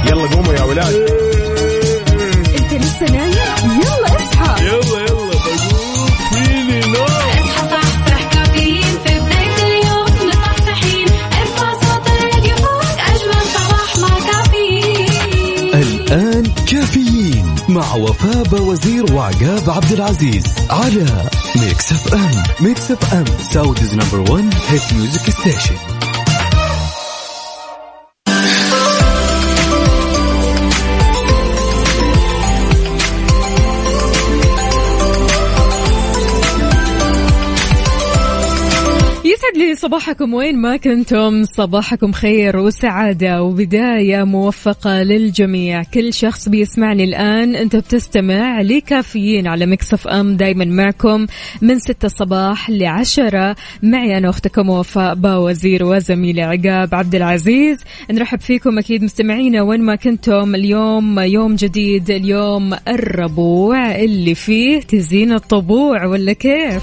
يلا قوموا يا ولاد. انت لسه نايم؟ يلا اصحى. يلا بقوم فيني نوم. اصحى صحصح كافيين في بداية اليوم مصحصحين. ارفع صوت الراديو فوق أجمل صباح مع كافيين. الآن كافيين مع وفاء وزير وعقاب عبد العزيز على ميكس اف ام. ميكس اف ام سعوديز نمبر 1 هيت ميوزك ستيشن. يسعد لي صباحكم وين ما كنتم، صباحكم خير وسعادة وبداية موفقة للجميع. كل شخص بيسمعني الآن أنت بتستمع لكافيين على ميكس اف ام، دايما معكم من 6 الصباح ل10. معي أنا أختكم وفاء باوزير وزميلي عقاب عبد العزيز. نرحب فيكم أكيد مستمعينا وين ما كنتم. اليوم يوم جديد، اليوم الربوع اللي فيه تزين الطبوع ولا كيف؟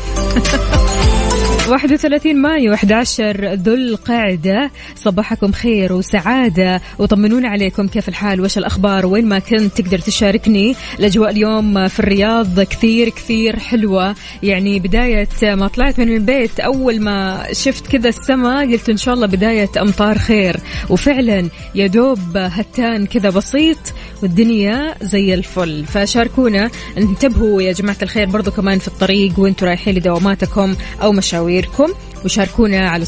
31 مايو 11 ذو القعدة. صباحكم خير وسعادة وطمنونا عليكم، كيف الحال وش الأخبار وين ما كنت. تقدر تشاركني. الأجواء اليوم في الرياض كثير حلوة، يعني بداية ما طلعت من البيت أول ما شفت كذا السماء قلت إن شاء الله بداية أمطار خير، وفعلا يدوب هتان كذا بسيط والدنيا زي الفل. فشاركونا، انتبهوا يا جماعة الخير برضو كمان في الطريق وانتوا رايحين لدواماتكم أو مشاويركم، وشاركونا على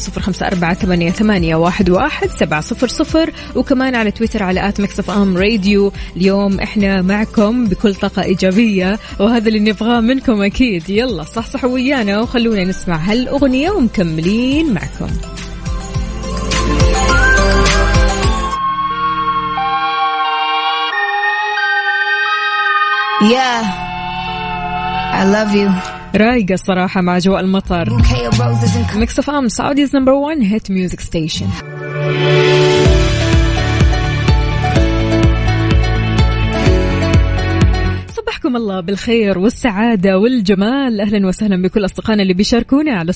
0548811700 وكمان على تويتر على @mixfmradio. اليوم احنا معكم بكل طاقة إيجابية وهذا اللي نبغاه منكم أكيد. يلا صحصحوا ويانا وخلونا نسمع هالأغنية ومكملين معكم. Yeah, I love you. رايقة الصراحة مع أجواء المطر. ميكس اف ام سعوديز نمبر 1 هيت ميوزك ستيشن. صبحكم الله بالخير والسعادة والجمال. أهلا وسهلا بكل أصدقائنا اللي بيشاركونا على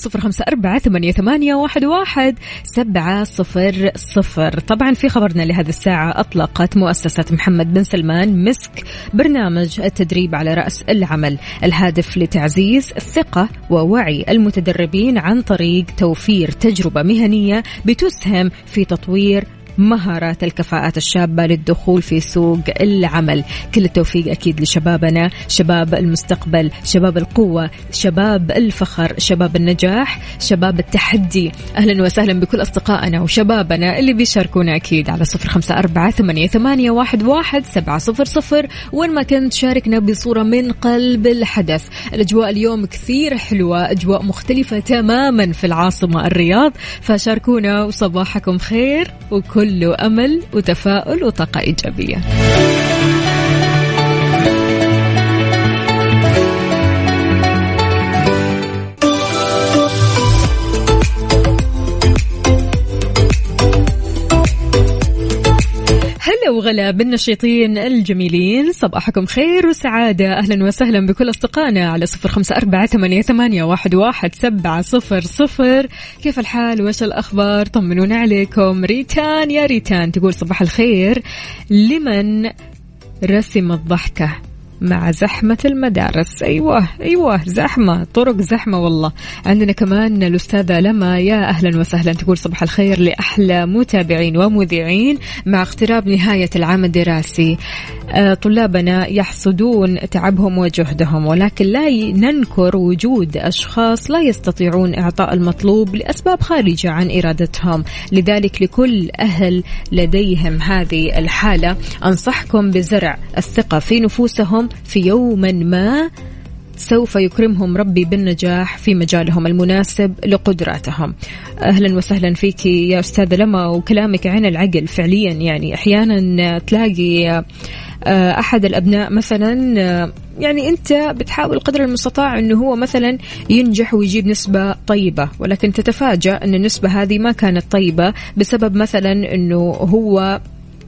0548811700. طبعا في خبرنا لهذه الساعة، أطلقت مؤسسة محمد بن سلمان مسك برنامج التدريب على رأس العمل، الهادف لتعزيز الثقة ووعي المتدربين عن طريق توفير تجربة مهنية بتسهم في تطوير مهارات الكفاءات الشابة للدخول في سوق العمل. كل التوفيق أكيد لشبابنا، شباب المستقبل، شباب القوة، شباب الفخر، شباب النجاح، شباب التحدي. أهلا وسهلا بكل أصدقائنا وشبابنا اللي بيشاركونا أكيد على 0548811700. وين ما كنت شاركنا بصورة من قلب الحدث. الأجواء اليوم كثير حلوة، أجواء مختلفة تماما في العاصمة الرياض، فشاركونا وصباحكم خير وكل أمل وتفاؤل وطاقة إيجابية. هلا وغلا بالنشيطين الجميلين، صباحكم خير وسعادة. أهلا وسهلا بكل أصدقائنا على 0548811700. كيف الحال وش الأخبار؟ طمنونا عليكم. ريتان يا ريتان تقول صباح الخير لمن رسم الضحكة مع زحمة المدارس. أيوة زحمة، طرق زحمة والله. عندنا كمان الأستاذة لما، يا أهلا وسهلا، تقول صباح الخير لأحلى متابعين ومذيعين. مع اقتراب نهاية العام الدراسي طلابنا يحصدون تعبهم وجهدهم، ولكن لا ننكر وجود أشخاص لا يستطيعون إعطاء المطلوب لأسباب خارجة عن إرادتهم. لذلك لكل أهل لديهم هذه الحالة أنصحكم بزرع الثقة في نفوسهم، في يوم ما سوف يكرمهم ربي بالنجاح في مجالهم المناسب لقدراتهم. أهلا وسهلا فيك يا أستاذة لما، وكلامك عن العقل فعليا. يعني أحيانا تلاقي أحد الأبناء مثلا، يعني أنت بتحاول قدر المستطاع أنه هو مثلا ينجح ويجيب نسبة طيبة، ولكن تتفاجأ أن النسبة هذه ما كانت طيبة بسبب مثلا أنه هو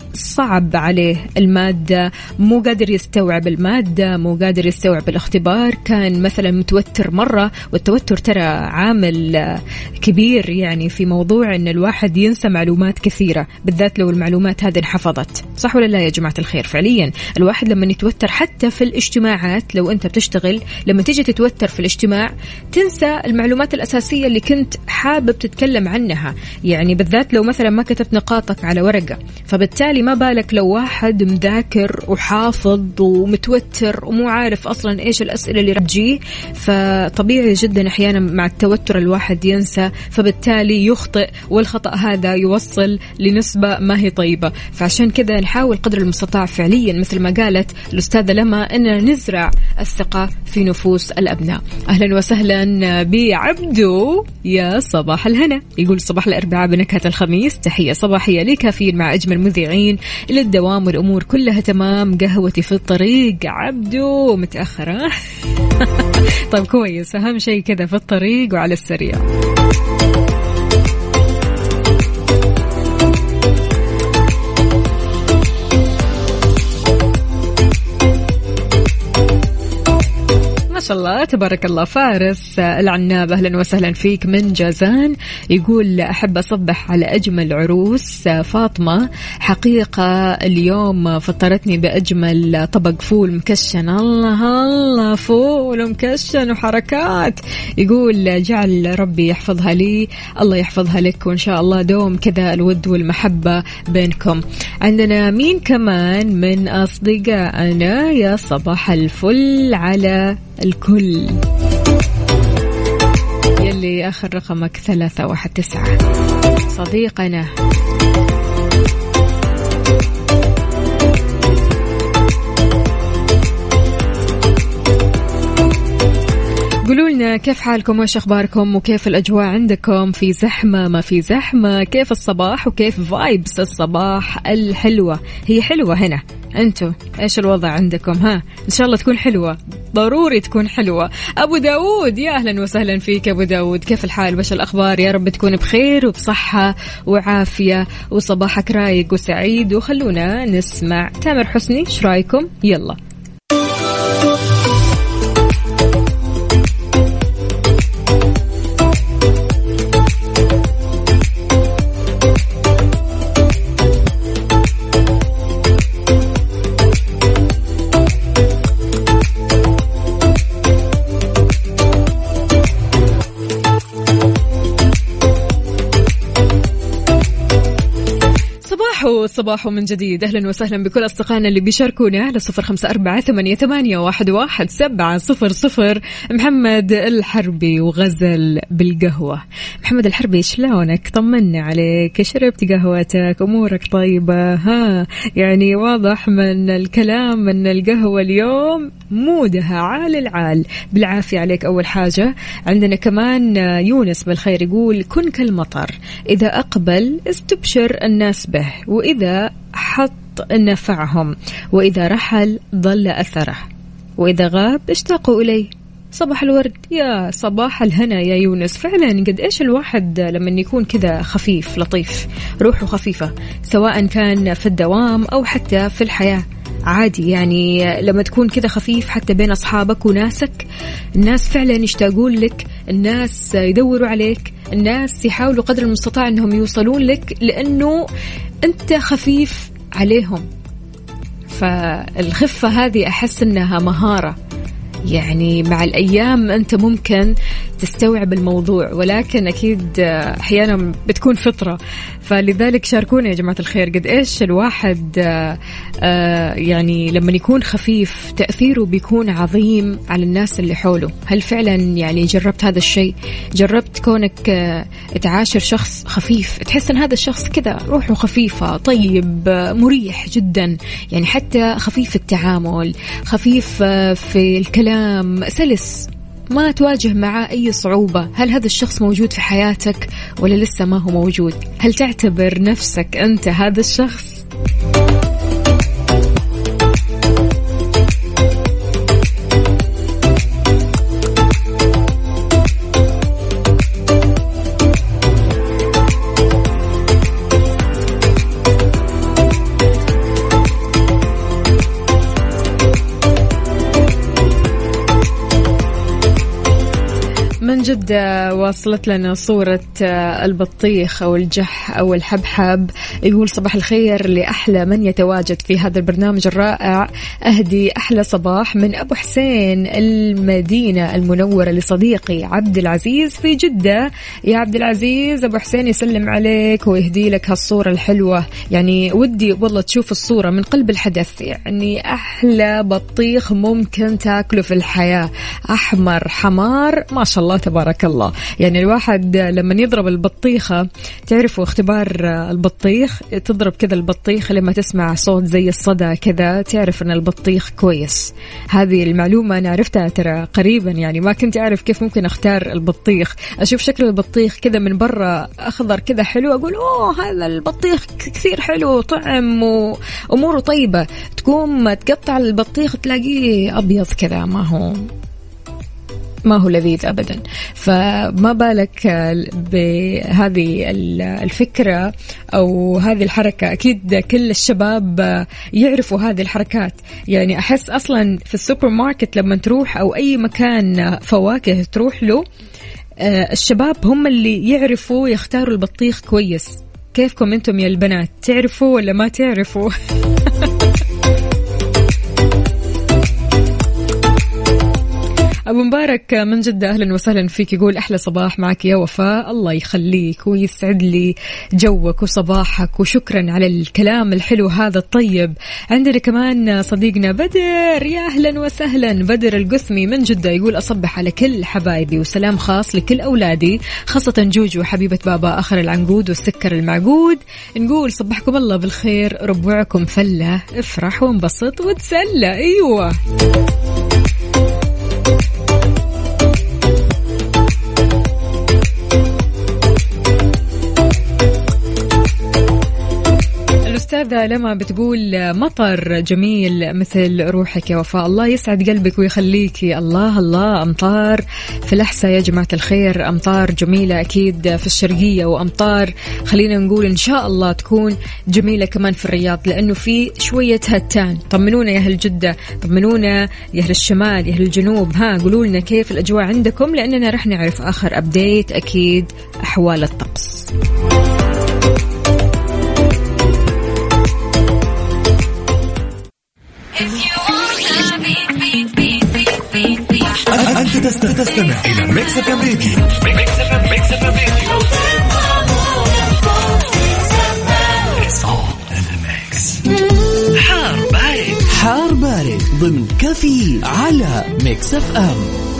صعب عليه المادة، مو قادر يستوعب المادة، مو قادر يستوعب الاختبار، كان مثلا متوتر مرة. والتوتر ترى عامل كبير يعني في موضوع أن الواحد ينسى معلومات كثيرة، بالذات لو المعلومات هذه انحفظت. صح ولا لا يا جماعة الخير؟ فعليا الواحد لما يتوتر حتى في الاجتماعات، لو أنت بتشتغل لما تيجي تتوتر في الاجتماع تنسى المعلومات الأساسية اللي كنت حابب تتكلم عنها، يعني بالذات لو مثلا ما كتبت نقاطك على ورقة. فبالتالي ما بالك لو واحد مذاكر وحافظ ومتوتر ومو عارف أصلا إيش الأسئلة اللي رجيه. فطبيعي جدا أحيانا مع التوتر الواحد ينسى، فبالتالي يخطئ، والخطأ هذا يوصل لنسبة ما هي طيبة. فعشان كذا نحاول قدر المستطاع فعليا مثل ما قالت الأستاذة لما أن نزرع الثقة في نفوس الأبناء. أهلا وسهلا بعبدو، يا صباح الهنا. يقول صباح الأربعاء بنكهة الخميس، تحية صباحية لي كافيين مع أجمل مذيعين إلى الدوام والأمور كلها تمام، قهوتي في الطريق. عبدو متأخرة طيب كويس، أهم شيء كذا في الطريق وعلى السريع. ما شاء الله تبارك الله. فارس العناب أهلا وسهلا فيك من جازان، يقول أحب أصبح على أجمل عروس فاطمة، حقيقة اليوم فطرتني بأجمل طبق فول مكشن. الله الله، فول مكشن وحركات. يقول جعل ربي يحفظها لي، الله يحفظها لك، وإن شاء الله دوم كذا الود والمحبة بينكم. عندنا مين كمان من أصدقائنا؟ يا صباح الفل على الكل. يلي آخر رقمك 319 صديقنا. قولوا لنا كيف حالكم وإيش أخباركم وكيف الأجواء عندكم، في زحمة ما في زحمة، كيف الصباح وكيف فايبس الصباح الحلوة. هي حلوة هنا، أنتوا إيش الوضع عندكم؟ ها إن شاء الله تكون حلوة، ضروري تكون حلوة. أبو داود يا أهلا وسهلا فيك أبو داود، كيف الحال وإيش الأخبار؟ يا رب تكون بخير وبصحة وعافية وصباحك رايق وسعيد. وخلونا نسمع تامر حسني، إيش رايكم؟ يلا صباح من جديد. أهلا وسهلا بكل أصدقائنا اللي بيشاركونا على 0548811700. محمد الحربي وغزل بالقهوة. محمد الحربي شلونك؟ طمنا عليك، شربت قهوتك؟ أمورك طيبة؟ ها يعني واضح من الكلام أن القهوة اليوم مودها عال العال. بالعافية عليك. أول حاجة عندنا كمان يونس بالخير، يقول كن كالمطر إذا أقبل استبشر الناس به، وإذا حط نفعهم، وإذا رحل ضل أثره، وإذا غاب اشتاقوا إليه. صباح الورد، يا صباح الهنا يا يونس. فعلا قد إيش الواحد لما يكون كذا خفيف لطيف، روحه خفيفة، سواء كان في الدوام أو حتى في الحياة عادي. يعني لما تكون كذا خفيف حتى بين أصحابك وناسك، الناس فعلا يشتاقون لك، الناس يدوروا عليك، الناس يحاولوا قدر المستطاع أنهم يوصلون لك لأنه أنت خفيف عليهم. فالخفة هذه أحس أنها مهارة، يعني مع الأيام أنت ممكن تستوعب الموضوع، ولكن أكيد أحيانا بتكون فطرة. فلذلك شاركونا يا جماعة الخير قد إيش الواحد يعني لما يكون خفيف تأثيره بيكون عظيم على الناس اللي حوله. هل فعلا يعني جربت هذا الشيء؟ جربت كونك تعاشر شخص خفيف، تحس أن هذا الشخص كذا روحه خفيفة، طيب، مريح جدا، يعني حتى خفيف التعامل، خفيف في الكلام، سلس، ما تواجه معه أي صعوبة. هل هذا الشخص موجود في حياتك ولا لسه ما هو موجود؟ هل تعتبر نفسك أنت هذا الشخص؟ من جدة وصلت لنا صورة البطيخ أو الجح أو الحبحب. يقول صباح الخير لأحلى من يتواجد في هذا البرنامج الرائع. أهدي أحلى صباح من أبو حسين المدينة المنورة لصديقي عبد العزيز في جدة. يا عبد العزيز أبو حسين يسلم عليك ويهدي لك هالصورة الحلوة. يعني ودي والله تشوف الصورة من قلب الحدث. يعني أحلى بطيخ ممكن تاكله في الحياة، أحمر حمار ما شاء الله تبارك الله. يعني الواحد لما يضرب البطيخة، تعرفوا اختبار البطيخ، تضرب كذا البطيخ لما تسمع صوت زي الصدى كذا تعرف ان البطيخ كويس. هذه المعلومة أنا عرفتها ترى قريبا، يعني ما كنت أعرف كيف ممكن أختار البطيخ. أشوف شكل البطيخ كذا من برا أخضر كذا حلو، أقول أوه هذا البطيخ كثير حلو طعم وأموره طيبة. تقوم تقطع البطيخ تلاقيه أبيض كذا، ما هو لذيذ أبدا. فما بالك بهذه الفكرة أو هذه الحركة. أكيد كل الشباب يعرفوا هذه الحركات. يعني أحس أصلا في السوبر ماركت لما تروح أو أي مكان فواكه تروح له، الشباب هم اللي يعرفوا يختاروا البطيخ كويس. كيفكم أنتم يا البنات، تعرفوا ولا ما تعرفوا؟ أبو مبارك من جدة أهلا وسهلا فيك. يقول أحلى صباح معك يا وفاء، الله يخليك ويسعد لي جوك وصباحك، وشكرا على الكلام الحلو هذا الطيب. عندنا كمان صديقنا بدر، يا أهلا وسهلا. بدر القثمي من جدة يقول أصبح على كل حبايبي وسلام خاص لكل أولادي، خاصة جوجو حبيبة بابا آخر العنقود والسكر المعقود. نقول صبحكم الله بالخير، ربوعكم فلة، افرح وانبسط وتسلى. أيوة الأستاذة لما بتقول مطر جميل مثل روحك يا وفاء، الله يسعد قلبك ويخليكي. الله الله، أمطار في الأحساء يا جماعة الخير، أمطار جميلة أكيد في الشرقية، وأمطار خلينا نقول إن شاء الله تكون جميلة كمان في الرياض، لأنه في شوية هتان. طمنونا يا أهل جدة، طمنونا يا أهل الشمال، يا أهل الجنوب، قولوا لنا كيف الأجواء عندكم، لأننا رح نعرف آخر أبديت أكيد أحوال الطقس. أنت تستمع إلى ميكس اف ام راديو. حار بارد ضمن كفي على ميكس اف ام.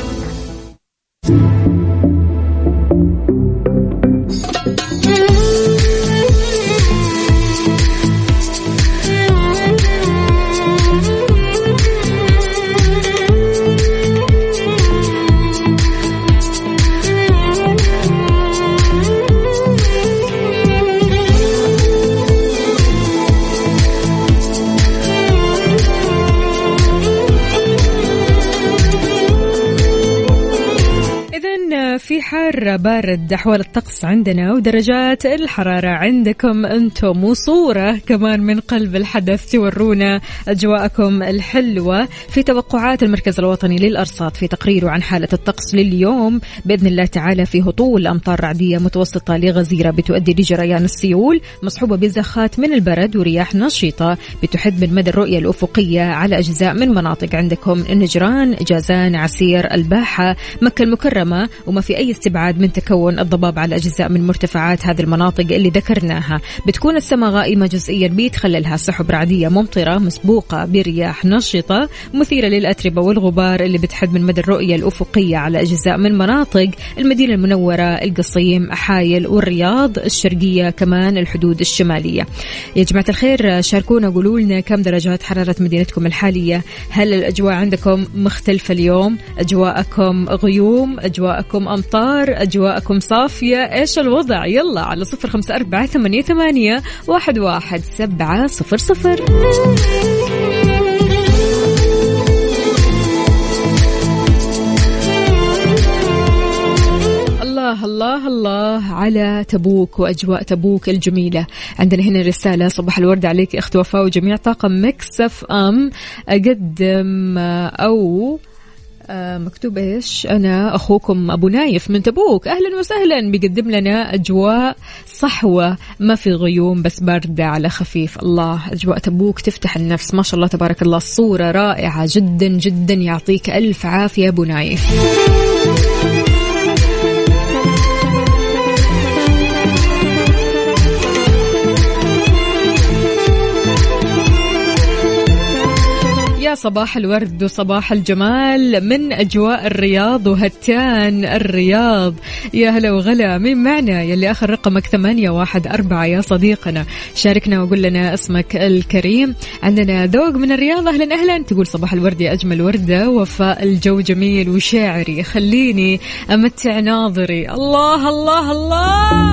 في حار بارد أحوال الطقس عندنا ودرجات الحرارة عندكم أنتم، وصورة كمان من قلب الحدث تورونا أجواءكم الحلوة. في توقعات المركز الوطني للأرصاد في تقريره عن حالة الطقس لليوم بإذن الله تعالى في هطول أمطار رعدية متوسطة لغزيرة بتؤدي لجريان السيول مصحوبة بزخات من البرد ورياح نشطة بتحد من مدى الرؤية الأفقية على أجزاء من مناطق عندكم النجران، جازان، عسير، الباحة، مكة المكرمة، وما في أي استبعاد من تكون الضباب على أجزاء من مرتفعات هذه المناطق اللي ذكرناها. بتكون السماء غائمة جزئيا بيتخللها سحب رعدية ممطرة مسبوقة برياح نشطة مثيرة للأتربة والغبار اللي بتحد من مدى الرؤية الأفقية على أجزاء من مناطق المدينة المنورة، القصيم، أحايل والرياض، الشرقية، كمان الحدود الشمالية. يا جماعة الخير شاركونا، قولوا لنا كم درجات حرارة مدينتكم الحالية؟ هل الأجواء عندكم مختلفة اليوم؟ أجواءكم غيوم؟ أجواءكم أمطار؟ أجواءكم صافية؟ إيش الوضع؟ يلا على 0548811700. الله الله الله على تبوك وأجواء تبوك الجميلة. عندنا هنا رسالة: صباح الورد عليك أخت وفاء وجميع طاقم ميكس اف ام. أقدم أو مكتوب إيش؟ أنا أخوكم أبو نايف من تبوك، أهلا وسهلا. بيقدم لنا أجواء صحوة ما في غيوم بس باردة على خفيف. الله، أجواء تبوك تفتح النفس ما شاء الله تبارك الله. الصورة رائعة جدا جدا، يعطيك ألف عافية أبو نايف. يا صباح الورد وصباح الجمال من أجواء الرياض وهتان الرياض. يا هلا وغلا، مين معنا؟ يلي آخر رقمك 814 يا صديقنا، شاركنا وقول لنا اسمك الكريم. عندنا ذوق من الرياض، أهلا أهلا. تقول صباح الورد يا أجمل وردة، وفاء الجو جميل وشاعري، خليني أمتع ناظري. الله الله الله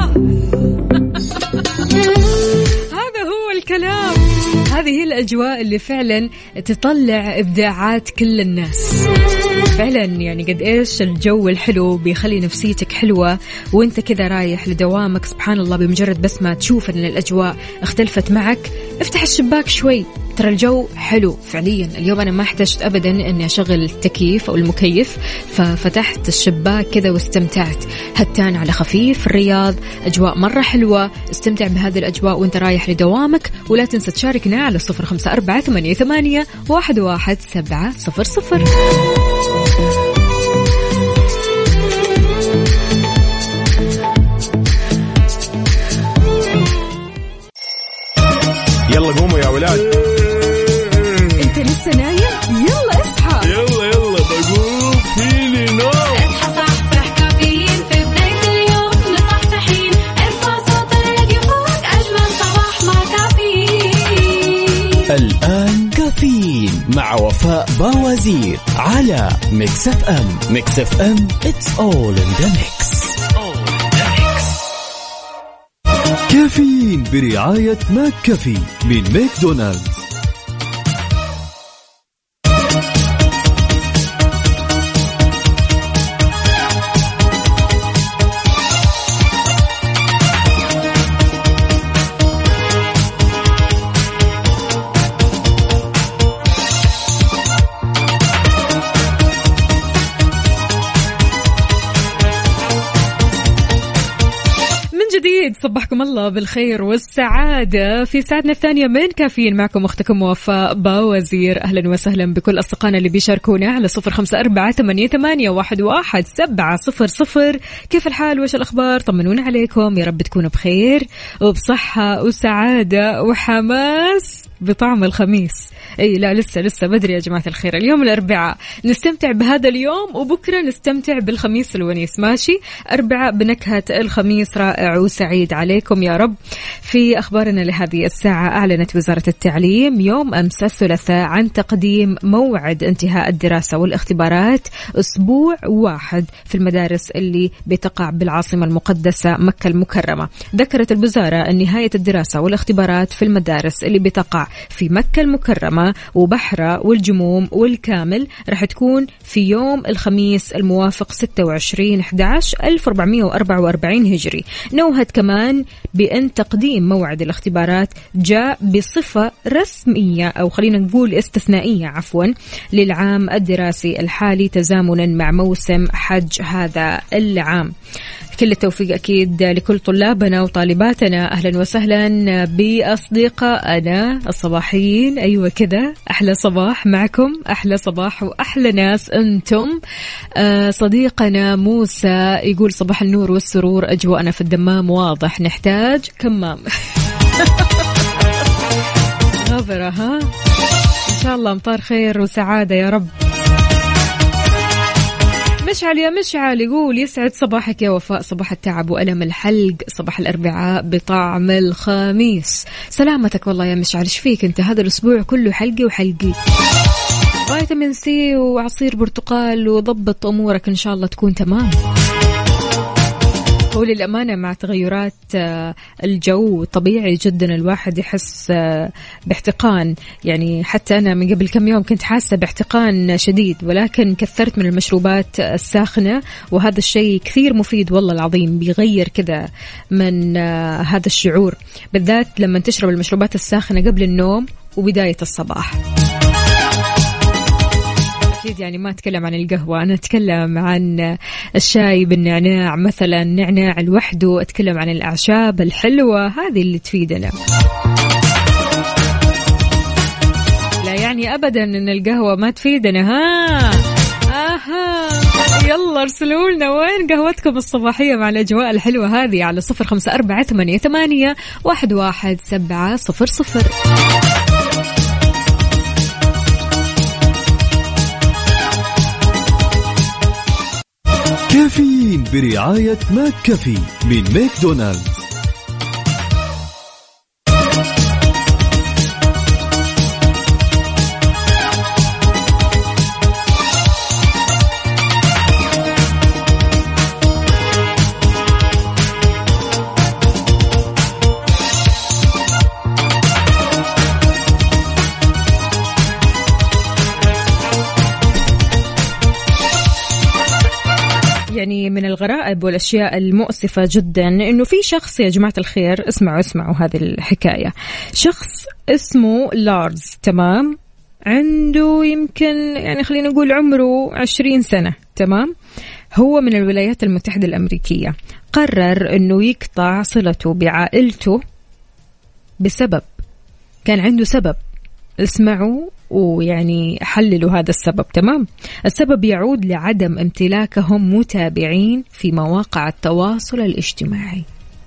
هذا هو الكلام. هذه هي الأجواء اللي فعلا تطلع إبداعات كل الناس. فعلا يعني قد إيش الجو الحلو بيخلي نفسيتك حلوة وإنت كذا رايح لدوامك. سبحان الله، بمجرد بس ما تشوف أن الأجواء اختلفت معك، افتح الشباك شوي، ترى الجو حلو فعليا. اليوم أنا ما احتجت أبدا أني أشغل التكييف أو المكيف، ففتحت الشباك كذا واستمتعت. هتان على خفيف الرياض، أجواء مرة حلوة. استمتع بهذه الأجواء وإنت رايح لدوامك، ولا تنسى تشاركنا على 0548811700. يلا قوموا يا ولاد. انت لسه نايم؟ يلا اصحى. يلا بقوم فيني نوم. اصحى صحصح، كافيين في بداية اليوم، مصحصحين، ارفع صوت الراديو فوق، أجمل صباح مع كافيين. الآن كافيين مع وفاء باوزير على ميكس اف ام. ميكس اف ام it's all in the mix. كافيين برعاية ماك كافي من ماكدونالدز. صبحكم الله بالخير والسعادة في ساعتنا الثانية من كافيين. معكم أختكم وفاء باوزير. أهلا وسهلا بكل أصدقائنا اللي بيشاركونا على 0548811700. كيف الحال وش الأخبار؟ طمنونا عليكم، يا رب تكونوا بخير وبصحة وسعادة وحماس بطعم الخميس. اي لا، لسه بدري يا جماعة الخير. اليوم الأربعاء، نستمتع بهذا اليوم وبكرة نستمتع بالخميس الونيس. ماشي، أربعاء بنكهة الخميس رائع وسعيد عليكم يا رب. في أخبارنا لهذه الساعة، أعلنت وزارة التعليم يوم أمس الثلاثاء عن تقديم موعد انتهاء الدراسة والاختبارات أسبوع واحد في المدارس اللي بتقع بالعاصمة المقدسة مكة المكرمة. ذكرت الوزارة أن نهاية الدراسة والاختبارات في المدارس اللي بتقع في مكة المكرمة وبحرة والجموم والكامل راح تكون في يوم الخميس الموافق 26/11/1444 هجري. نوهت كمان بأن تقديم موعد الاختبارات جاء بصفة رسمية أو خلينا نقول استثنائية للعام الدراسي الحالي تزامنا مع موسم حج هذا العام. كل التوفيق أكيد لكل طلابنا وطالباتنا. أهلا وسهلا بأصدقائنا الصباحيين. أيوة كذا، أحلى صباح معكم، أحلى صباح وأحلى ناس أنتم. صديقنا موسى يقول صباح النور والسرور، أجواءنا في الدمام واضح نحتاج كمام. غبرة ها، إن شاء الله أمطار خير وسعادة يا رب. مشعل يا مشعل يقول يسعد صباحك يا وفاء، صباح التعب وألم الحلق، صباح الأربعاء بطعم الخميس. سلامتك والله يا مشعل، ايش فيك انت؟ هذا الأسبوع كله حلقي وحلقي، فيتامين سي وعصير برتقال وضبط أمورك إن شاء الله تكون تمام. هو للأمانة مع تغيرات الجو طبيعي جدا الواحد يحس باحتقان. يعني حتى أنا من قبل كم يوم كنت حاسة باحتقان شديد، ولكن كثرت من المشروبات الساخنة، وهذا الشيء كثير مفيد والله العظيم، بيغير كذا من هذا الشعور، بالذات لما تشرب المشروبات الساخنة قبل النوم وبداية الصباح. أكيد يعني ما أتكلم عن القهوة، أنا أتكلم عن الشاي بالنعناع مثلا، نعناع لوحده، أتكلم عن الأعشاب الحلوة هذه اللي تفيدنا. لا يعني أبدا أن القهوة ما تفيدنا. يلا ارسلوا لنا وين قهوتكم الصباحية مع الأجواء الحلوة هذه على 0548811700. كافيين برعاية ماك كافي من ماكدونالدز. يعني من الغرائب والأشياء المؤسفة جدا إنه في شخص يا جماعة الخير، اسمعوا هذه الحكاية. شخص اسمه لارز، تمام، عنده يمكن يعني خلينا نقول عمره 20 سنة، تمام. هو من الولايات المتحدة الأمريكية. قرر إنه يقطع صلته بعائلته بسبب، كان عنده سبب، اسمعوا ويعني حللوا هذا السبب، تمام. السبب يعود لعدم امتلاكهم متابعين في مواقع التواصل الاجتماعي.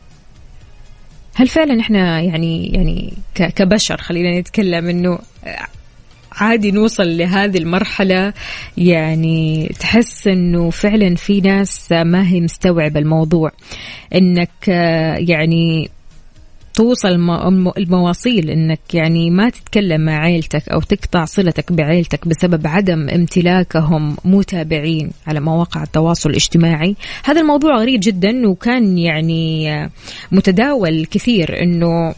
هل فعلا احنا يعني كبشر خلينا نتكلم انه عادي نوصل لهذه المرحلة؟ يعني تحس انه فعلا في ناس ما هي مستوعبة الموضوع، انك يعني توصل المواصيل انك يعني ما تتكلم مع عائلتك او تقطع صلتك بعائلتك بسبب عدم امتلاكهم متابعين على مواقع التواصل الاجتماعي. هذا الموضوع غريب جدا، وكان يعني متداول كثير انه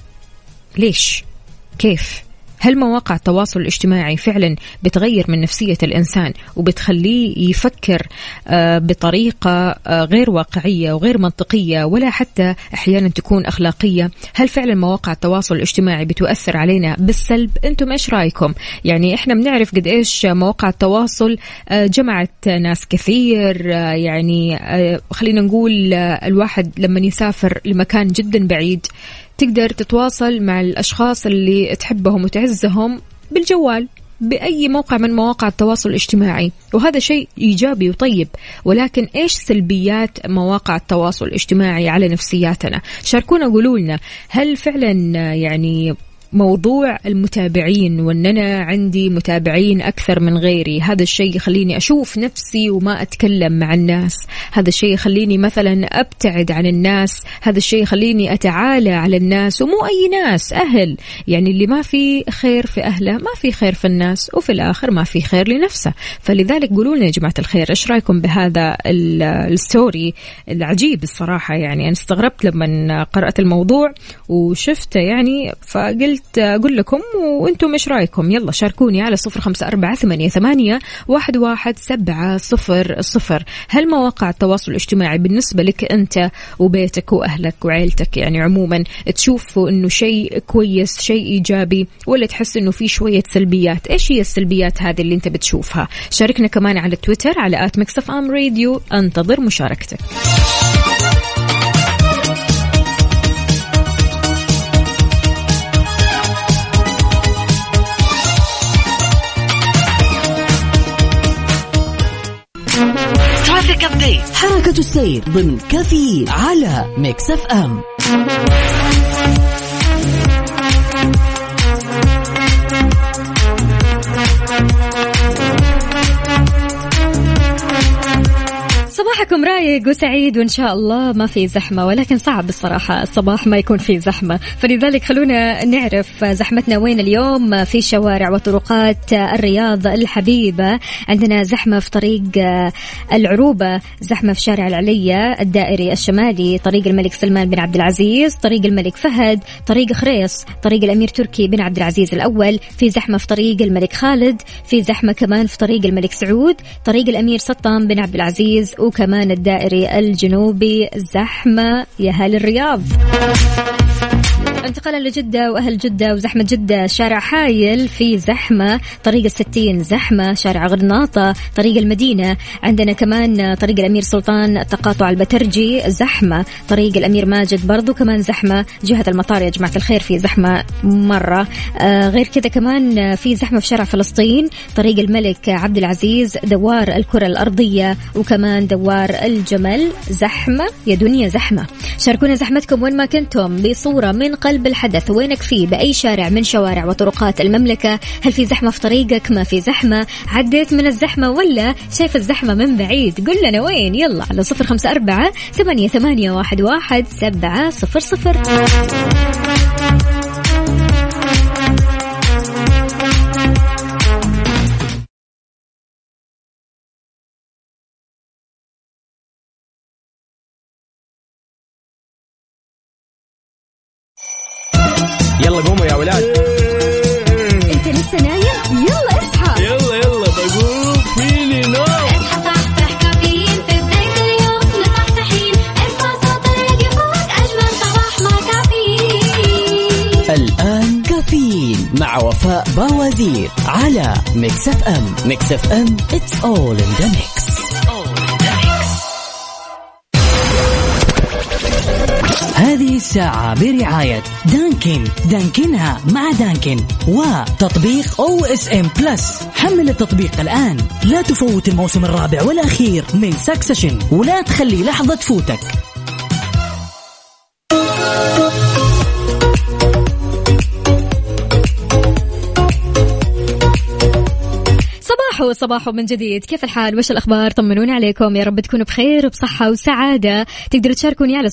ليش، كيف، هل مواقع التواصل الاجتماعي فعلا بتغير من نفسية الإنسان وبتخليه يفكر بطريقة غير واقعية وغير منطقية ولا حتى أحيانا تكون أخلاقية؟ هل فعلا مواقع التواصل الاجتماعي بتؤثر علينا بالسلب؟ أنتم إيش رأيكم؟ يعني إحنا بنعرف قد إيش مواقع التواصل جمعت ناس كثير، يعني خلينا نقول الواحد لما يسافر لمكان جدا بعيد تقدر تتواصل مع الأشخاص اللي تحبهم وتعزهم بالجوال بأي موقع من مواقع التواصل الاجتماعي، وهذا شيء إيجابي وطيب. ولكن إيش سلبيات مواقع التواصل الاجتماعي على نفسياتنا؟ شاركونا، قولوا لنا هل فعلا يعني موضوع المتابعين وأننا عندي متابعين أكثر من غيري هذا الشيء يخليني أشوف نفسي وما أتكلم مع الناس، هذا الشيء يخليني مثلا أبتعد عن الناس، هذا الشيء يخليني أتعالى على الناس، ومو أي ناس، أهل، يعني اللي ما في خير في أهله ما في خير في الناس، وفي الآخر ما في خير لنفسه. فلذلك قولوا لنا يا جماعة الخير إيش رأيكم بهذا الستوري العجيب الصراحة. يعني أنا استغربت لما قرأت الموضوع وشفته يعني، فقلت أقول لكم وأنتم إيش رأيكم؟ يلا شاركوني على 0548811700. هل مواقع التواصل الاجتماعي بالنسبة لك أنت وبيتك وأهلك وعيلتك يعني عموما تشوفوا أنه شيء كويس، شيء إيجابي، ولا تحس أنه في شوية سلبيات؟ إيش هي السلبيات هذه اللي أنت بتشوفها؟ شاركنا كمان على تويتر على @mixfmradio، أنتظر مشاركتك. حركة السير ضمن كافيين على ميكس اف ام. صباحكم رايق وسعيد وإن شاء الله ما في زحمة، ولكن صعب الصراحة الصباح ما يكون في زحمة، فلذلك خلونا نعرف زحمتنا وين اليوم. في شوارع وطرقات الرياض الحبيبة عندنا زحمة في طريق العروبة، زحمة في شارع العلية الدائري الشمالي، طريق الملك سلمان بن عبد العزيز، طريق الملك فهد، طريق خريص، طريق الأمير تركي بن عبد العزيز الأول، في زحمة في طريق الملك خالد، في زحمة كمان في طريق الملك سعود، طريق الأمير سطام بن عبد العزيز، وكمان الدائري الجنوبي زحمة يا أهل الرياض. انتقالا لجدة وأهل جدة وزحمة جدة، شارع حايل في زحمة، طريق الستين زحمة، شارع غرناطة، طريق المدينة، عندنا كمان طريق الأمير سلطان التقاطع البترجي زحمة، طريق الأمير ماجد برضو كمان زحمة، جهة المطار يا جماعة الخير في زحمة مرة. غير كذا كمان في زحمة في شارع فلسطين، طريق الملك عبد العزيز، دوار الكرة الأرضية، وكمان دوار الجمل زحمة يا دنيا زحمة. شاركونا زحمتكم وين ما كنتم بصورة من قلب الحدث، وينك فيه بأي شارع من شوارع وطرقات المملكة. هل في زحمة في طريقك؟ ما في زحمة؟ عديت من الزحمة ولا شايف الزحمة من بعيد؟ قل لنا وين. يلا على 0548811700. يلا قوموا يا ولاد. انت لسه نايم؟ يلا اصحى. يلا بقوم فيني نوم. اصحى صحصح كافيين في بداية اليوم مصحصحين. ارفع صوت الراديو فوق أجمل صباح مع كافيين. الآن كافيين مع وفاء باوزير على ميكس اف ام. ميكس اف ام it's all in the mix. هذه الساعة برعاية دانكنها مع دانكن وتطبيق OSM Plus. حمل التطبيق الآن، لا تفوت الموسم الرابع والأخير من سكسشن ولا تخلي لحظة تفوتك. صباحو من جديد، كيف الحال؟ وش الأخبار؟ طمنوني عليكم، يا رب تكونوا بخير وبصحة وسعادة. تقدروا تشاركوني على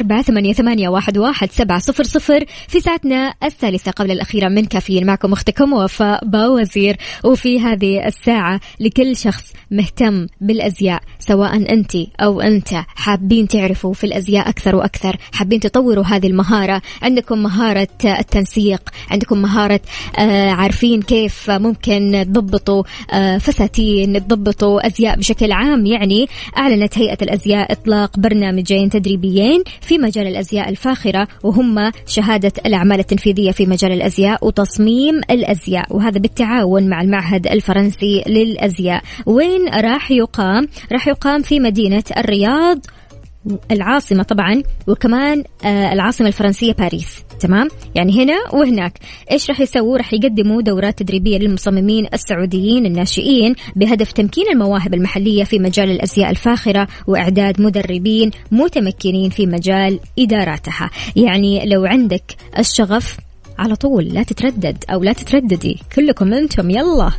0548811700 في ساعتنا الثالثة قبل الأخيرة من كافيين. معكم أختكم وفاء باوزير، وفي هذه الساعة لكل شخص مهتم بالأزياء، سواء أنت أو أنت حابين تعرفوا في الأزياء أكثر وأكثر، حابين تطوروا هذه المهارة، عندكم مهارة التنسيق، عندكم مهارة عارفين كيف ممكن تضبطوا فساتين، تضبطوا أزياء بشكل عام. يعني أعلنت هيئة الأزياء إطلاق برنامجين تدريبيين في مجال الأزياء الفاخرة، وهم شهادة الأعمال التنفيذية في مجال الأزياء وتصميم الأزياء، وهذا بالتعاون مع المعهد الفرنسي للأزياء. وين راح يقام؟ راح يقام في مدينة الرياض العاصمة طبعا، وكمان العاصمة الفرنسية باريس. تمام، يعني هنا وهناك. إيش راح يسووا؟ راح يقدموا دورات تدريبية للمصممين السعوديين الناشئين بهدف تمكين المواهب المحلية في مجال الأزياء الفاخرة، وإعداد مدربين متمكنين في مجال إداراتها. يعني لو عندك الشغف على طول لا تتردد أو لا تترددي، كلكم أنتم يلا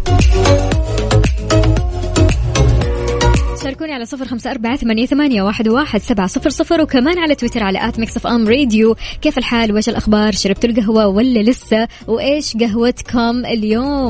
شاركوني على 0548811700 وكمان على تويتر على @mixfmradio. كيف الحال؟ وش الأخبار؟ شربتوا القهوة ولا لسه؟ وإيش قهوتكم اليوم؟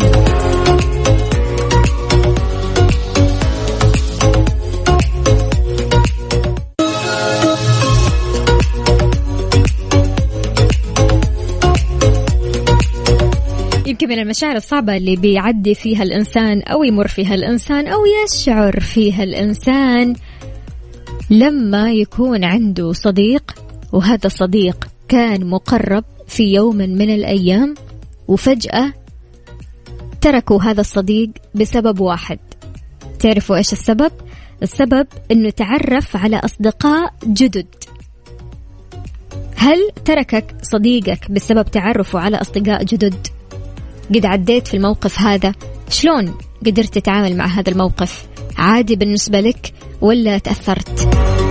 يمكن من المشاعر الصعبة اللي بيعدي فيها الإنسان أو يمر فيها الإنسان أو يشعر فيها الإنسان لما يكون عنده صديق، وهذا الصديق كان مقرب في يوم من الأيام، وفجأة تركوا هذا الصديق بسبب واحد. تعرفوا إيش السبب؟ السبب إنه تعرف على أصدقاء جدد. هل تركك صديقك بسبب تعرفه على أصدقاء جدد؟ قد عديت في الموقف هذا؟ شلون قدرت تتعامل مع هذا الموقف؟ عادي بالنسبة لك ولا تأثرت؟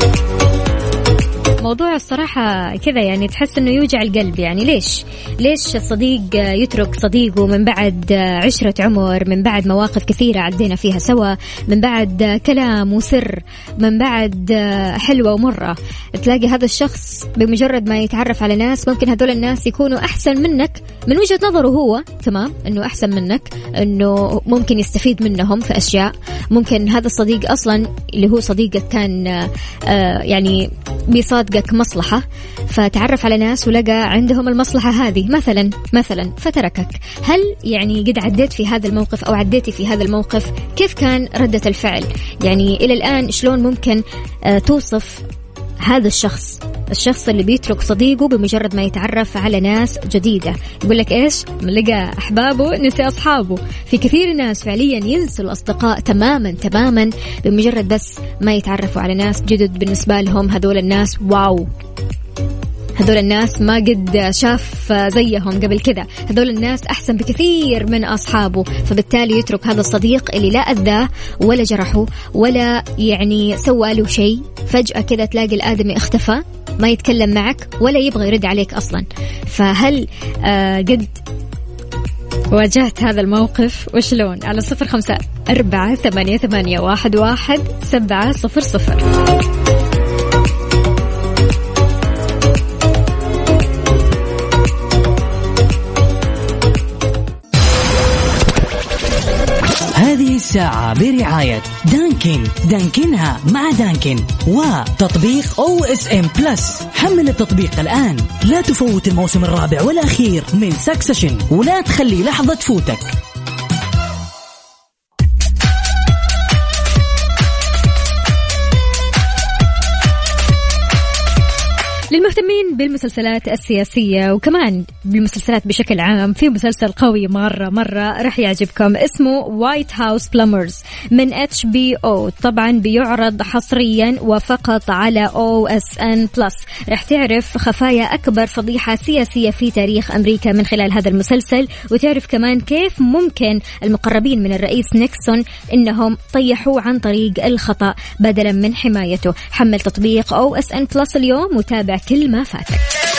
موضوع الصراحة كذا يعني تحس انه يوجع القلب. يعني ليش الصديق يترك صديقه من بعد عشرة عمر، من بعد مواقف كثيرة عدينا فيها سوا، من بعد كلام وسر، من بعد حلوة ومرة. تلاقي هذا الشخص بمجرد ما يتعرف على ناس، ممكن هذول الناس يكونوا أحسن منك من وجهة نظره هو، تمام، انه أحسن منك، انه ممكن يستفيد منهم في أشياء. ممكن هذا الصديق أصلا اللي هو صديقك كان يعني بيصادقك مصلحة، فتعرف على ناس ولقى عندهم المصلحة هذه مثلا فتركك. هل يعني قد عديت في هذا الموقف أو عديتي في هذا الموقف؟ كيف كان ردة الفعل؟ يعني إلى الآن شلون ممكن توصف هذا الشخص اللي بيترك صديقه بمجرد ما يتعرف على ناس جديدة. يقول لك إيش؟ لقى أحبابه نسي أصحابه. في كثير ناس فعليا ينسوا الأصدقاء تماما بمجرد بس ما يتعرفوا على ناس جدد. بالنسبة لهم هذول الناس واو، هذول الناس ما قد شاف زيهم قبل كذا، هذول الناس أحسن بكثير من أصحابه، فبالتالي يترك هذا الصديق اللي لا أذاه ولا جرحه ولا يعني سوى له شيء. فجأة كذا تلاقي الآدمي اختفى، ما يتكلم معك ولا يبغى يرد عليك أصلا. فهل قد واجهت هذا الموقف وشلون؟ على 0548811700. هذه الساعة برعاية دانكنها مع دانكن وتطبيق OSM Plus. حمل التطبيق الآن، لا تفوت الموسم الرابع والأخير من سكسشن ولا تخلي لحظة تفوتك. للمهتمين بالمسلسلات السياسية وكمان بالمسلسلات بشكل عام، في مسلسل قوي مرة رح يعجبكم اسمه وايت هاوس بلامرز من HBO. طبعا بيعرض حصريا وفقط على OSN Plus. رح تعرف خفايا أكبر فضيحة سياسية في تاريخ أمريكا من خلال هذا المسلسل، وتعرف كمان كيف ممكن المقربين من الرئيس نيكسون إنهم طيحوه عن طريق الخطأ بدلا من حمايته. حمل تطبيق OSN Plus اليوم وتابع كل ما فاتك.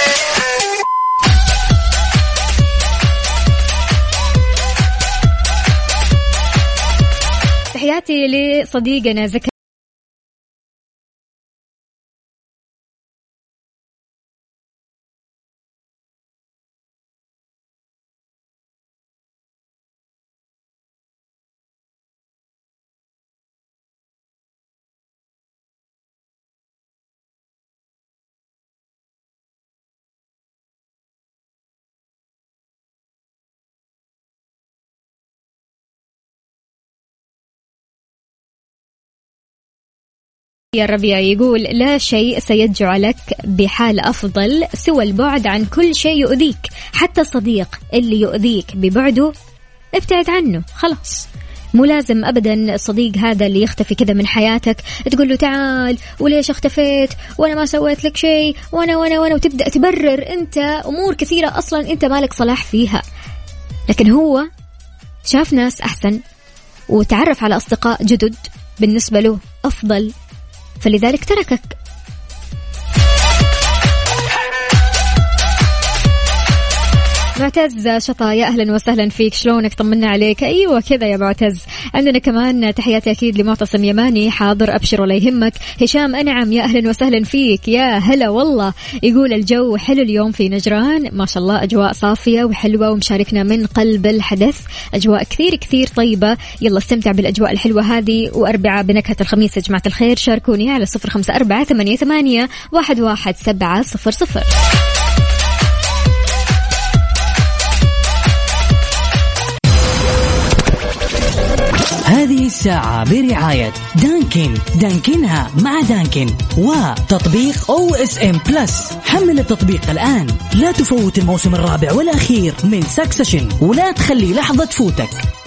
تحياتي لصديقنا زكريا يا ربيع يقول لا شيء سيجعلك بحال أفضل سوى البعد عن كل شيء يؤذيك، حتى الصديق اللي يؤذيك ببعده ابتعد عنه خلاص. مو لازم أبدا الصديق هذا اللي يختفي كذا من حياتك تقول له تعال وليش اختفيت وأنا ما سويت لك شيء وأنا وتبدأ تبرر أنت أمور كثيرة أصلا أنت مالك صلاح فيها. لكن هو شاف ناس أحسن وتعرف على أصدقاء جدد بالنسبة له أفضل، فلذلك تركك. معتز شطا يا أهلا وسهلا فيك، شلونك؟ طمنا عليك. أيوة كذا يا معتز. عندنا كمان تحياتي أكيد لمعتصم يماني، حاضر أبشر ولا يهمك. هشام أنعم يا أهلا وسهلا فيك، يا هلا والله. يقول الجو حلو اليوم في نجران ما شاء الله، أجواء صافية وحلوة ومشاركنا من قلب الحدث، أجواء كثير طيبة. يلا استمتع بالأجواء الحلوة هذه، وأربعة بنكهة الخميس يا جماعة الخير. شاركوني على 0548811700. هذه الساعة برعاية دانكنها مع دانكن وتطبيق OSM Plus. حمل التطبيق الآن، لا تفوت الموسم الرابع والأخير من سكسشن ولا تخلي لحظة تفوتك.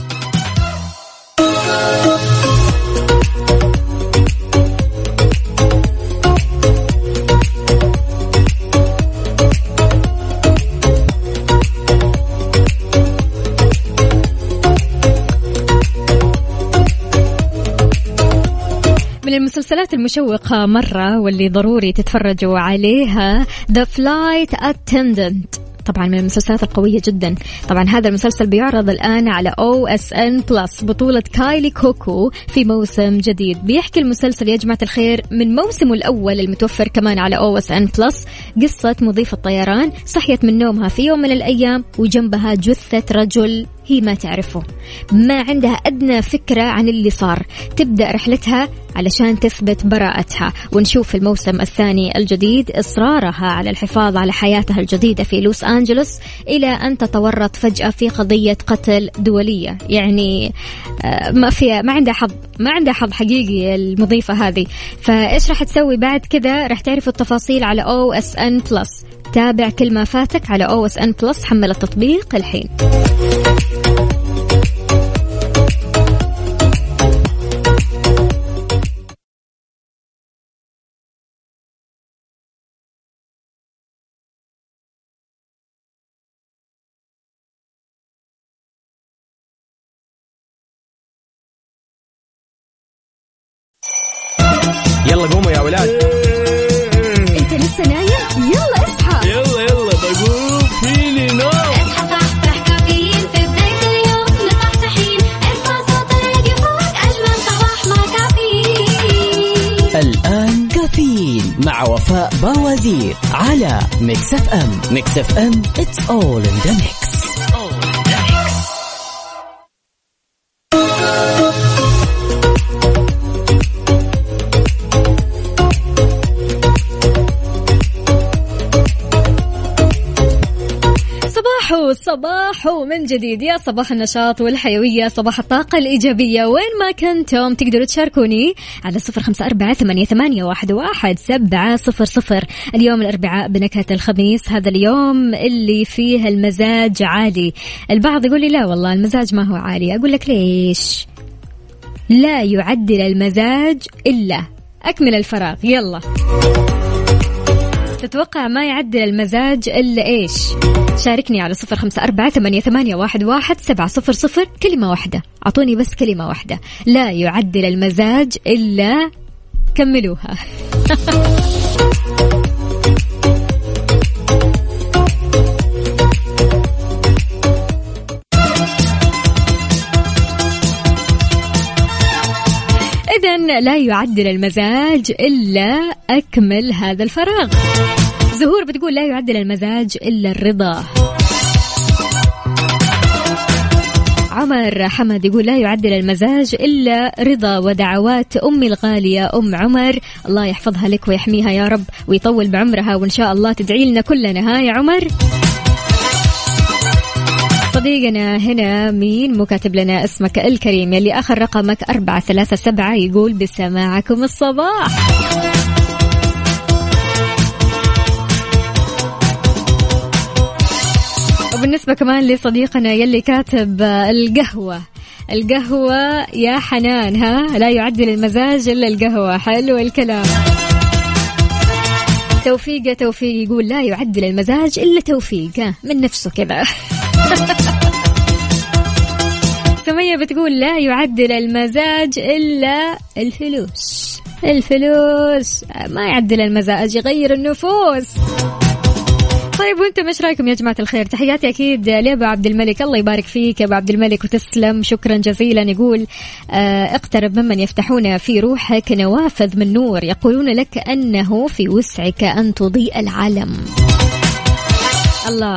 من المسلسلات المشوقة مرة واللي ضروري تتفرجوا عليها The Flight Attendant. طبعا من المسلسلات القوية جدا. طبعا هذا المسلسل بيعرض الآن على OSN Plus بطولة كايلي كوكو في موسم جديد. بيحكي المسلسل يا جماعة الخير من موسمه الأول المتوفر كمان على OSN Plus قصة مضيفة طيران صحيت من نومها في يوم من الأيام وجنبها جثة رجل هي ما تعرفه، ما عندها أدنى فكرة عن اللي صار. تبدأ رحلتها علشان تثبت براءتها. ونشوف في الموسم الثاني الجديد إصرارها على الحفاظ على حياتها الجديدة في لوس أنجلوس إلى أن تتورط فجأة في قضية قتل دولية. يعني ما عندها حظ حقيقي المضيفة هذه. فإيش راح تسوي بعد كذا؟ راح تعرفوا التفاصيل على OSN+. تابع كل ما فاتك على OSN+. حمل التطبيق الحين. يلا قوموا يا ولاد. انت لسه نايم؟ يلا اصحى. يلا بقوم فيني نوم. اصحى صحصح كافيين في بداية اليوم مصحصحين. ارفع صوت الراديو فوق أجمل صباح مع كافيين. الآن كافيين مع وفاء باوزير على ميكس اف ام. ميكس اف ام it's all in the mix. صباح من جديد. يا صباح النشاط والحيوية، صباح الطاقة الإيجابية. وين ما كنتم تقدروا تشاركوني على 0548811700. اليوم الأربعاء بنكهة الخميس، هذا اليوم اللي فيه المزاج عالي. البعض يقول لي لا والله المزاج ما هو عالي. أقول لك ليش؟ لا يعدل المزاج إلا أكمل الفراغ. يلا تتوقع ما يعدل المزاج إلا إيش؟ شاركني على 0548811700. كلمة واحدة، أعطوني بس كلمة واحدة. لا يعدل المزاج إلا، كملوها. إذن لا يعدل المزاج إلا أكمل هذا الفراغ. زهور بتقول لا يعدل المزاج إلا الرضا. عمر حمد يقول لا يعدل المزاج إلا رضا ودعوات أمي الغالية أم عمر، الله يحفظها لك ويحميها يا رب ويطول بعمرها، وإن شاء الله تدعي لنا كلنا. ها يا عمر. صديقنا هنا مين مكاتب لنا اسمك الكريم يلي آخر رقمك 437 يقول بسماعكم الصباح. وبالنسبة كمان لصديقنا يلي كاتب القهوة يا حنان، ها لا يعدل المزاج إلا القهوة. حلو الكلام. توفيق يقول لا يعدل المزاج إلا توفيق، من نفسه كذا. سمية بتقول لا يعدل المزاج إلا الفلوس ما يعدل المزاج، يغير النفوس. طيب وانتم ايش رايكم يا جماعة الخير؟ تحياتي اكيد لأبو عبد الملك، الله يبارك فيك يا ابو عبد الملك وتسلم، شكرا جزيلا. يقول اقترب ممن يفتحون في روحك نوافذ من نور، يقولون لك أنه في وسعك أن تضيء العالم. الله.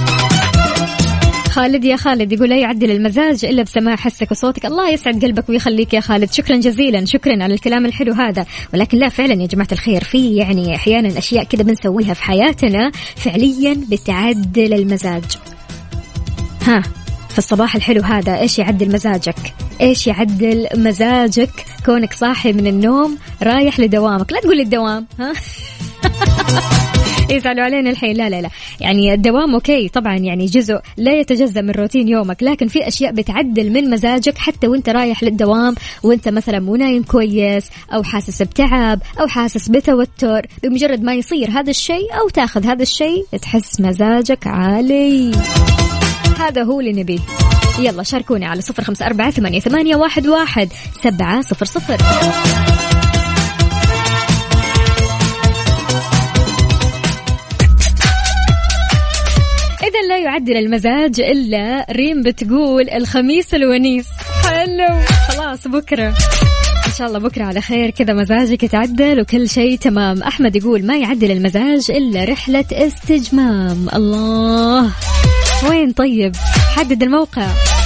خالد يا خالد يقول لا يعدل المزاج إلا بسماع حسك وصوتك. الله يسعد قلبك ويخليك يا خالد، شكرا جزيلا، شكرا على الكلام الحلو هذا. ولكن لا فعلا يا جماعة الخير، في يعني أحيانا أشياء كده بنسويها في حياتنا فعليا بتعدل المزاج. ها في الصباح الحلو هذا إيش يعدل مزاجك؟ إيش يعدل مزاجك؟ كونك صاحي من النوم رايح لدوامك، لا تقول الدوام ها يزعلوا علينا الحين. لا يعني الدوام أوكي طبعا، يعني جزء لا يتجزأ من روتين يومك، لكن في أشياء بتعدل من مزاجك حتى وانت رايح للدوام، وانت مثلا مو نايم كويس أو حاسس بتعب أو حاسس بتوتر. بمجرد ما يصير هذا الشيء أو تاخذ هذا الشيء تحس مزاجك عالي. هذا هو اللي نبيه. يلا شاركوني على 0548811700. إذا لا يعدل المزاج إلا ريم بتقول الخميس الونيس. حلو، خلاص بكرة إن شاء الله بكرة على خير كذا مزاجك يتعدل وكل شيء تمام. أحمد يقول ما يعدل المزاج إلا رحلة استجمام. الله، وين طيب؟ حدد الموقع.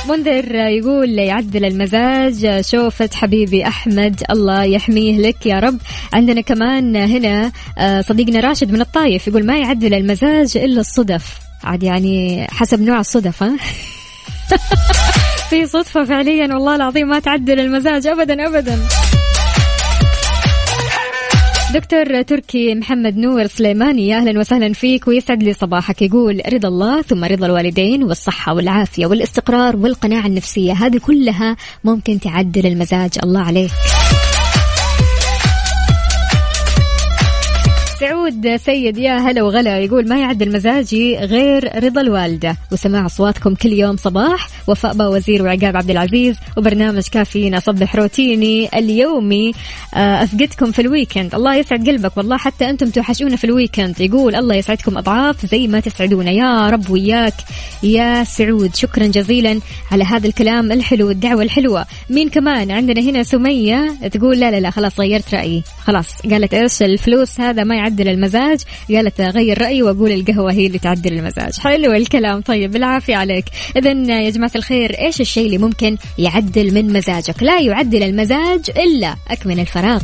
منذر يقول يعدل المزاج شوفت حبيبي أحمد الله يحميه لك يا رب. عندنا كمان هنا صديقنا راشد من الطايف يقول ما يعدل المزاج إلا الصدف. عاد يعني حسب نوع الصدف ها. في صدفة فعليا والله العظيم ما تعدل المزاج أبدا أبدا. دكتور تركي محمد نور سليماني أهلا وسهلا فيك ويسعد لي صباحك. يقول رضا الله ثم رضا الوالدين والصحة والعافية والاستقرار والقناعة النفسية هذه كلها ممكن تعدل المزاج. الله عليك. سعود سيد يا هلا وغلا يقول ما يعدل مزاجي غير رضا الوالدة وسماع أصواتكم كل يوم صباح. وفاء وزير وعقاب عبد العزيز وبرنامج كافيين أصبح روتيني اليومي أفقدكم في الويكند. الله يسعد قلبك والله حتى أنتم توحشونا في الويكند. يقول الله يسعدكم أضعاف زي ما تسعدونا يا رب وياك يا سعود. شكرا جزيلا على هذا الكلام الحلو والدعوة الحلوة. مين كمان عندنا هنا سمية تقول لا خلاص غيرت رأيي خلاص. قالت إيش الفلوس هذا ما يعدل المزاج. قالت غير رأيي وأقول القهوة هي اللي تعدل المزاج. حلو الكلام. طيب بالعافية عليك. إذن يا جماعة الخير إيش الشيء اللي ممكن يعدل من مزاجك؟ لا يعدل المزاج إلا أكمن الفراغ.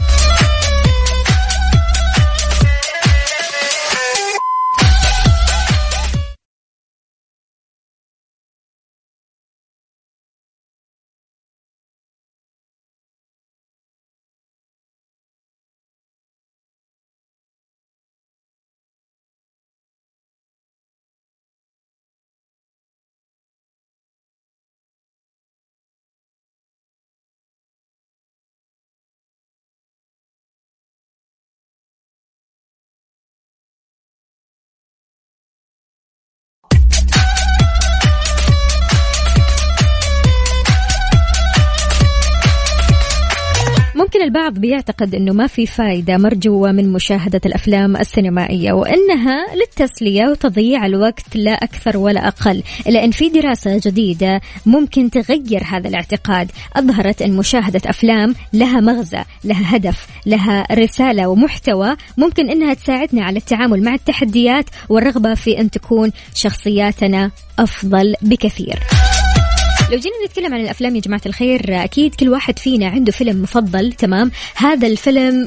ممكن البعض بيعتقد أنه ما في فايدة مرجوة من مشاهدة الأفلام السينمائية وأنها للتسلية وتضييع الوقت لا أكثر ولا أقل. إلا أن في دراسة جديدة ممكن تغير هذا الاعتقاد. أظهرت أن مشاهدة أفلام لها مغزى لها هدف لها رسالة ومحتوى ممكن أنها تساعدنا على التعامل مع التحديات والرغبة في أن تكون شخصياتنا أفضل بكثير. لو جينا نتكلم عن الأفلام يا جماعة الخير أكيد كل واحد فينا عنده فيلم مفضل. تمام. هذا الفيلم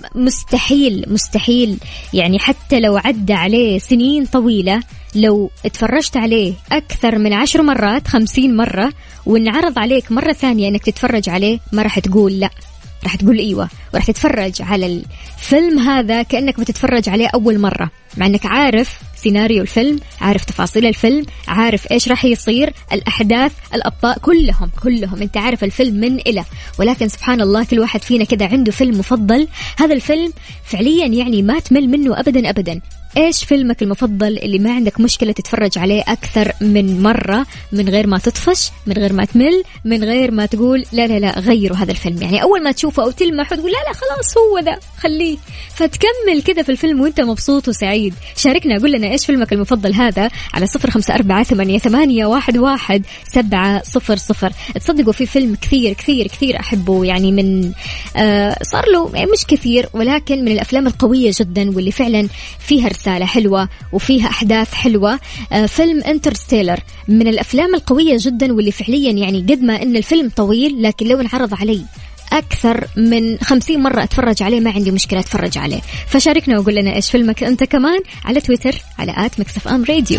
مستحيل يعني حتى لو عدى عليه سنين طويلة لو اتفرجت عليه أكثر من 10 مرات 50 مرة ونعرض عليك مرة ثانية أنك تتفرج عليه ما راح تقول لا راح تقول إيوة وراح تتفرج على الفيلم هذا كأنك بتتفرج عليه أول مرة مع أنك عارف سيناريو الفيلم عارف تفاصيل الفيلم عارف إيش راح يصير الأحداث الأبطال كلهم أنت عارف الفيلم من إلى. ولكن سبحان الله كل واحد فينا كذا عنده فيلم مفضل. هذا الفيلم فعليا يعني ما تمل منه أبدا. إيش فيلمك المفضل اللي ما عندك مشكلة تتفرج عليه أكثر من مرة من غير ما تطفش من غير ما تمل من غير ما تقول لا غيروا هذا الفيلم؟ يعني أول ما تشوفه أو تلمح وتقول لا خلاص هو ذا خليه فتكمل كذا في الفيلم وانت مبسوط وسعيد. شاركنا قول لنا إيش فيلمك المفضل هذا على 0548811700. تصدقوا في فيلم كثير أحبه يعني من صار له مش كثير ولكن من الأفلام القوية جدا واللي فعلا فيها رسالة حلوة وفيها أحداث حلوة. فيلم انترستيلر من الأفلام القوية جدا واللي فعليا يعني قد ما إن الفيلم طويل لكن لو انعرض علي أكثر من 50 مرة أتفرج عليه ما عندي مشكلة أتفرج عليه. فشاركنا وقول لنا إيش فيلمك أنت كمان على تويتر على @mixfmradio.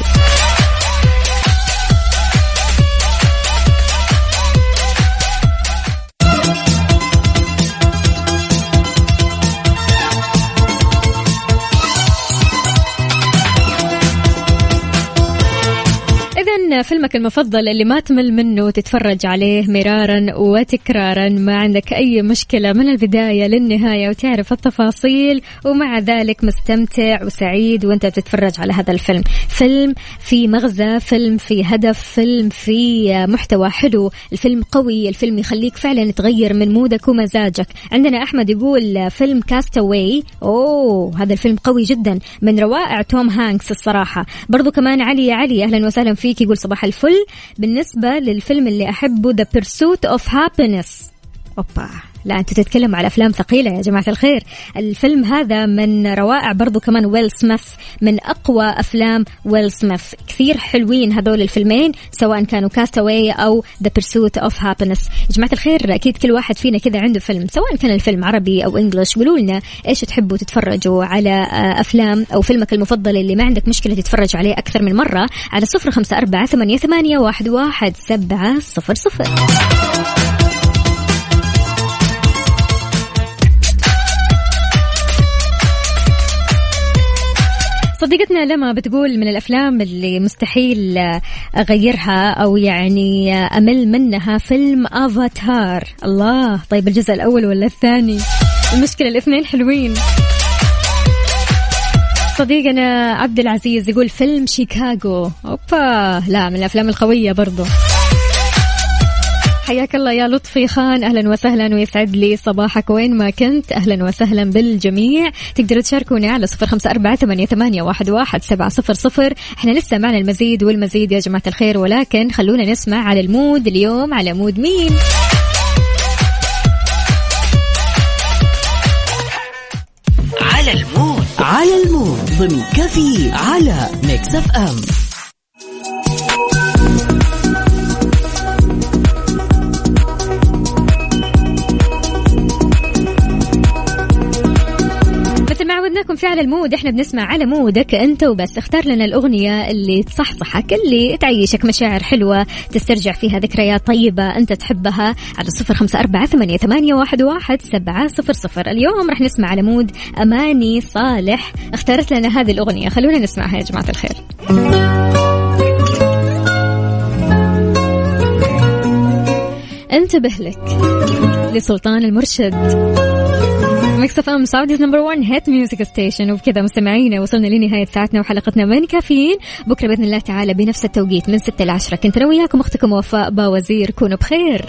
فيلمك المفضل اللي ما تمل منه تتفرج عليه مرارا وتكرارا ما عندك أي مشكلة من البداية للنهاية وتعرف التفاصيل ومع ذلك مستمتع وسعيد وانت بتتفرج على هذا الفيلم. فيلم في مغزى فيلم في هدف فيلم في محتوى حلو. الفيلم قوي الفيلم يخليك فعلا تغير من مودك ومزاجك. عندنا أحمد يقول فيلم كاستاوي هذا الفيلم قوي جدا من روائع توم هانكس الصراحة. برضو كمان علي أهلا وسهلا فيك يقول صباح الفل. بالنسبة للفيلم اللي أحبه The Pursuit of Happiness لا أنتوا تتكلموا على أفلام ثقيلة يا جماعة الخير. الفيلم هذا من روائع برضو كمان ويل سميث، من أقوى أفلام ويل سميث. كثير حلوين هذول الفيلمين سواء كانوا كاستاوي أو The Pursuit of Happiness. يا جماعة الخير أكيد كل واحد فينا كذا عنده فيلم، سواء كان الفيلم عربي أو إنجليش. قولوا لنا إيش تحبوا تتفرجوا على أفلام، أو فيلمك المفضل اللي ما عندك مشكلة تتفرج عليه أكثر من مرة، على 0548811700. صديقتنا لما بتقول من الأفلام اللي مستحيل أغيرها أو يعني أمل منها فيلم أفاتار. الله، طيب الجزء الأول ولا الثاني؟ المشكلة الاثنين حلوين. صديقنا عبد العزيز يقول فيلم شيكاغو. أوبا، لا من الأفلام القوية برضو. حياك الله يا لطفي خان، أهلا وسهلا ويسعد لي صباحك وين ما كنت. أهلا وسهلا بالجميع. تقدروا تشاركوني على 0548811700. احنا لسه معنا المزيد والمزيد يا جماعة الخير، ولكن خلونا نسمع على المود اليوم. على مود مين؟ على المود، على المود ضمن كفي على ميكس اف ام. معودناكم في على المود، احنا بنسمع على مودك انت وبس. اختار لنا الأغنية اللي تصحصحك، اللي تعيشك مشاعر حلوة، تسترجع فيها ذكريات طيبة انت تحبها، على 0548811700. اليوم رح نسمع على مود أماني صالح، اختارت لنا هذه الأغنية، خلونا نسمعها يا جماعة الخير. انتبه لك لسلطان المرشد. ميكس اف ام سعوديز نمبر 1 هيت ميوزك ستيشن. وبكذا مستمعينا وصلنا لنهاية ساعتنا وحلقتنا من كافيين. بكرة بإذن الله تعالى بنفس التوقيت من 6 ل 10 كنت أنا وياكم أختكم وفاء باوزير. كونوا بخير.